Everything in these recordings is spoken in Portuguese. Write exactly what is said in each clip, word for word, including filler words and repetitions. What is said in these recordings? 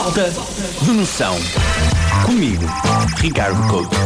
Falta de noção. Comigo, Ricardo Couto.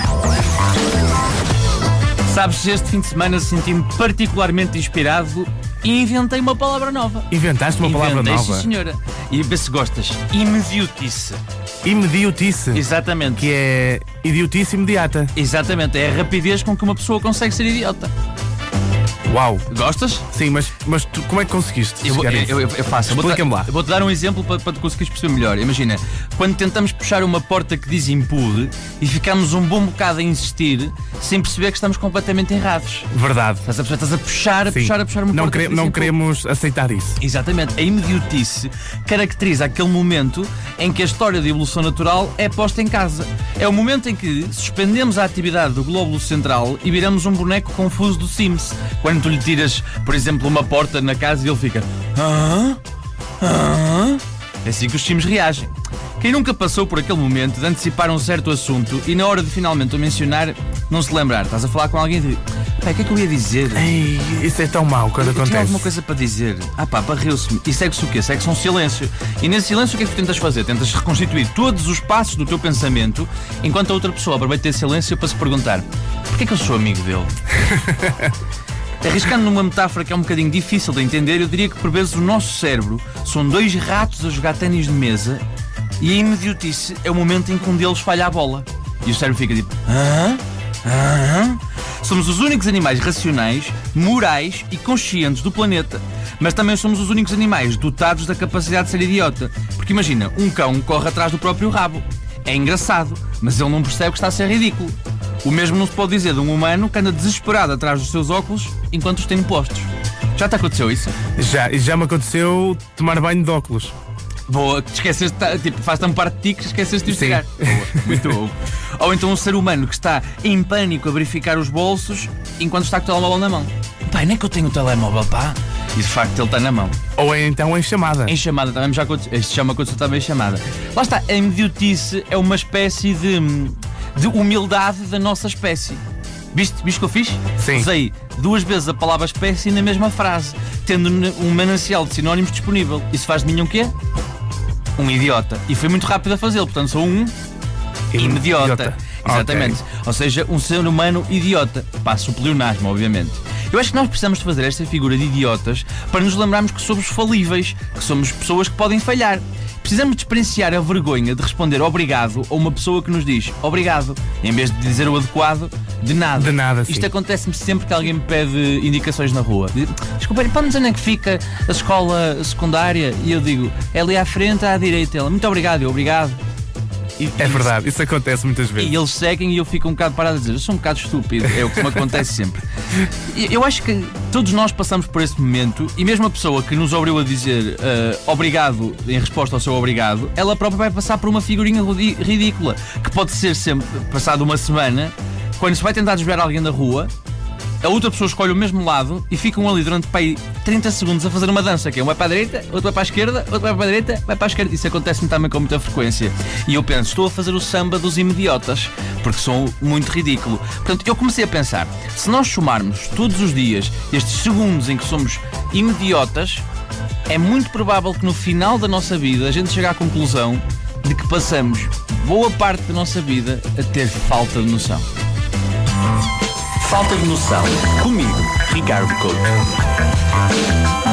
Sabes, este fim de semana senti-me particularmente inspirado e inventei uma palavra nova. Inventaste uma Inventei, palavra nova? Sim, senhora. E vê se gostas. Imediotice. Imediotice. Exatamente. Que é idiotice imediata. Exatamente. É a rapidez com que uma pessoa consegue ser idiota. Uau. Gostas? Sim, mas, mas tu, como é que conseguiste Eu, vou- chegar a eu, isso? eu, eu faço. Eu vou Explica-me dar- lá. eu Vou-te dar um exemplo para, para tu conseguires perceber melhor. Imagina, quando tentamos puxar uma porta que diz impede e ficamos um bom bocado a insistir sem perceber que estamos completamente errados. Verdade. Estás a, estás a puxar, a Sim. puxar, a puxar uma Não, porta quere- que diz não impede. queremos aceitar isso. Exatamente. A imediotice caracteriza aquele momento em que a história de evolução natural é posta em causa. É o momento em que suspendemos a atividade do glóbulo central e viramos um boneco confuso do Sims. Quando tu lhe tiras, por exemplo, uma porta na casa e ele fica... Hã? Hã? É assim que os Sims reagem. Quem nunca passou por aquele momento de antecipar um certo assunto e na hora de finalmente o mencionar, não se lembrar. Estás a falar com alguém e diz... Pai, o que é que eu ia dizer? Ei, isso é tão mau quando Eu tinha acontece. alguma coisa para dizer. Ah pá, barreu-se-me. E segue-se o quê? Segue-se um silêncio. E nesse silêncio o que é que tu tentas fazer? Tentas reconstituir todos os passos do teu pensamento enquanto a outra pessoa aproveita esse silêncio para se perguntar: porquê é que eu sou amigo dele? Arriscando numa metáfora que é um bocadinho difícil de entender, eu diria que por vezes o nosso cérebro são dois ratos a jogar ténis de mesa e a imediotice é o momento em que um deles falha a bola. E o cérebro fica tipo: hã? Hã? Somos os únicos animais racionais, morais e conscientes do planeta. Mas também somos os únicos animais dotados da capacidade de ser idiota. Porque imagina, um cão corre atrás do próprio rabo. É engraçado, mas ele não percebe que está a ser ridículo. O mesmo não se pode dizer de um humano que anda desesperado atrás dos seus óculos enquanto os tem postos. Já te aconteceu isso? Já, já me aconteceu tomar banho de óculos. Boa, te esqueceste, tipo, faz tão parte de ti que esqueceste de os Sim. tirar. Boa, muito bom. Ou então um ser humano que está em pânico a verificar os bolsos enquanto está com o telemóvel na mão. Pai, nem que eu tenho o telemóvel, pá. E de facto ele está na mão. Ou é então em chamada. Em chamada, também já aconteceu. Este chama aconteceu também em chamada. Lá está, a imediotice é uma espécie de, de humildade da nossa espécie. Viste, viste o que eu fiz? Sim. Usei duas vezes a palavra espécie na mesma frase, tendo um manancial de sinónimos disponível. Isso faz de mim um quê? Um idiota. E foi muito rápido a fazê-lo, portanto sou um imediota. Idiota. Exatamente. Ok. Ou seja, um ser humano idiota. Passo o pleonasmo, obviamente. Eu acho que nós precisamos de fazer esta figura de idiotas para nos lembrarmos que somos falíveis, que somos pessoas que podem falhar. Precisamos diferenciar a vergonha de responder obrigado a uma pessoa que nos diz obrigado, em vez de dizer o adequado, de nada. De nada, sim. Isto acontece-me sempre que alguém me pede indicações na rua. Diz, desculpa, pode-me dizer onde é que fica a escola secundária? E eu digo, é ali à frente, à direita. Ela, muito obrigado, eu, obrigado. E, É verdade, isso acontece muitas e vezes. eles seguem e eu fico um bocado parado a dizer, eu sou um bocado estúpido, é o que me acontece sempre. E eu acho que todos nós passamos por esse momento e mesmo a pessoa que nos obrigou a dizer uh, obrigado em resposta ao seu obrigado, ela própria vai passar por uma figurinha rudi- ridícula, que pode ser sempre, passado uma semana, quando se vai tentar desviar alguém da rua, a outra pessoa escolhe o mesmo lado e ficam ali durante pá, trinta segundos a fazer uma dança, que é um vai para a direita, outro vai para a esquerda, outro vai para a direita, vai para a esquerda. Isso acontece-me também com muita frequência. E eu penso, estou a fazer o samba dos imediotas, porque sou muito ridículo. Portanto, eu comecei a pensar, se nós somarmos todos os dias estes segundos em que somos imediotas, é muito provável que no final da nossa vida a gente chegue à conclusão de que passamos boa parte da nossa vida a ter falta de noção. Falta de noção. Comigo, Ricardo Couto.